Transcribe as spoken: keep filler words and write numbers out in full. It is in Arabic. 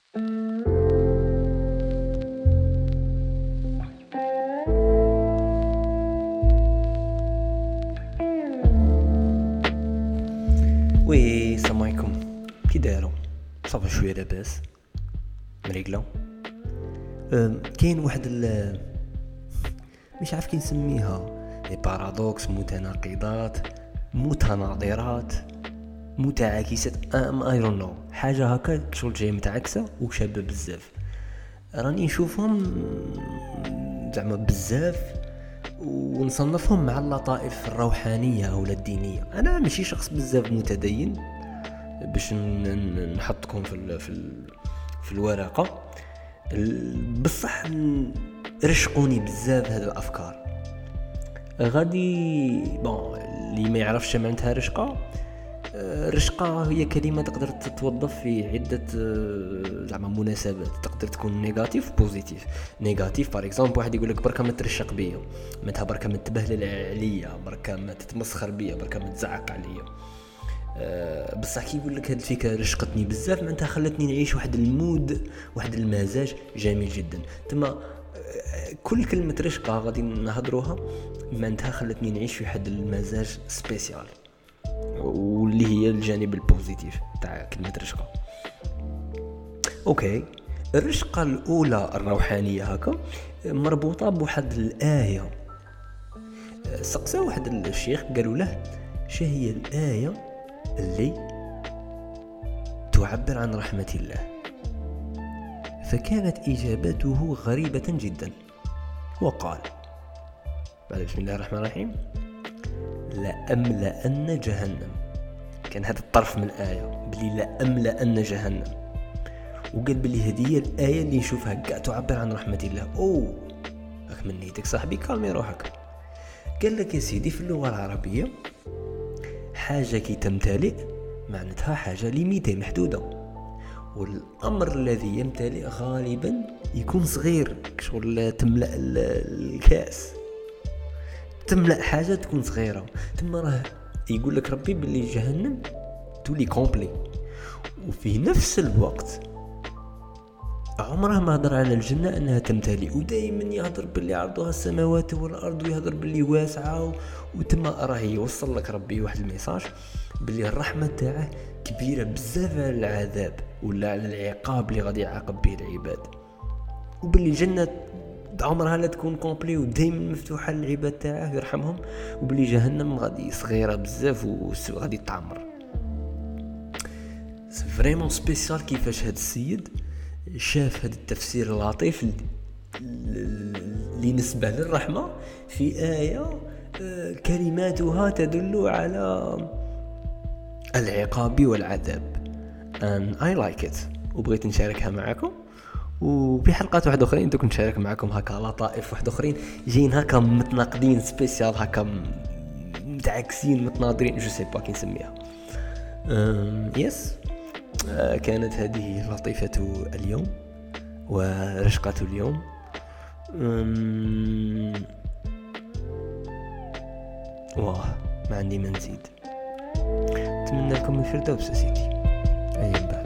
وي السلام عليكم، كي دايرو؟ صافا شويه لاباس مريقله. أم، كاين واحد ال مش عارف كي نسميها، لي بارادوكس، متناقضات، متناظرات، متعاكسات، ام اي دون نو، حاجه هكا شغل جايه متعاكسه وشابه بزاف. راني نشوفهم زعما بزاف ونصنفهم مع اللطائف الروحانيه ولا الدينيه. انا ماشي شخص بزاف متدين باش ن- ن- نحطكم في ال في ال في الورقه، ال- بصح ن- رشقوني بزاف هاد الافكار. غادي بون اللي ما يعرفش معناتها رشقه، آه، رشقه هي كلمه تقدر تتوظف في عده آه، زعما مناسبات. تقدر تكون نيجاتيف بوزيتيف. نيجاتيف باغ اكزومبل واحد يقول لك بركه ما ترشق بيا، معناتها بركه ما تبهلل عليا، بركه ما تتمسخر بيا، بركه ما تزعق عليا. أه بصح كي يقول لك هاد الفكره رشقتني بزاف، معناتها خلتني نعيش واحد المود، واحد المزاج جميل جدا. تما أه كل كلمه رشقه غادي نهضروها معناتها خلتني نعيش في واحد المزاج سبيسيال، واللي هي الجانب البوزيتيف تاع كلمه رشقه. اوكي، الرشقه الاولى الروحانيه هكا مربوطه بواحد الايه. أه، سقسا واحد الشيخ قالوا له شو هي الايه اللي تعبر عن رحمة الله؟ فكانت إجابته غريبة جدا، وقال بعد بسم الله الرحمن الرحيم: لأملأن جهنم. كان هذا الطرف من الآية بلي لأملأن جهنم، وقال بلي هذه هي الآية اللي نشوفها كاع تعبر عن رحمة الله. أوه راك من نيتك صاحبي، كالمي روحك. قال لك يا سيدي في اللغة العربية حاجة كي تمتلئ معناتها حاجة ليميتي محدودة، والأمر الذي يمتلئ غالبا يكون صغير، شغل تملأ الكاس، تملأ حاجة تكون صغيرة. ثم راه يقول لك ربي باللي جهنم تولي كومبلي، وفي نفس الوقت عمره ما هضر على الجنة أنها تمتلئ، ودائما يهضر باللي عرضها السماوات والأرض، ويهضر باللي واسعة. وتما راه يوصل لك ربي واحد الميساج باللي الرحمة تاعه كبيرة بزاف على العذاب ولا على العقاب اللي غادي يعاقب به العباد، وباللي الجنة عمرها لا تكون كومبلي ودائما مفتوحة للعباد تاعه يرحمهم، وباللي جهنم غادي صغيرة بزاف وغادي تعمر. فريمون سبيسيال كيفاش هاد السيد شاف هذا التفسير اللطيف اللي نسبة للرحمة في آية كلماتها تدل على العقاب والعذاب. and I like it، وبغيت نشاركها معكم. وفي حلقات واحد اخرين دوك نشارك معكم هكا لطائف واحد اخرين جايين هكا متناقضين سبيسيال، هكا متعكسين متناظرين، جو سي با كي نسميها. يس آه كانت هذه لطيفة اليوم ورشقة اليوم. واه ما عندي ما نزيد. اتمنى لكم الفردوس يا سيدي. ايام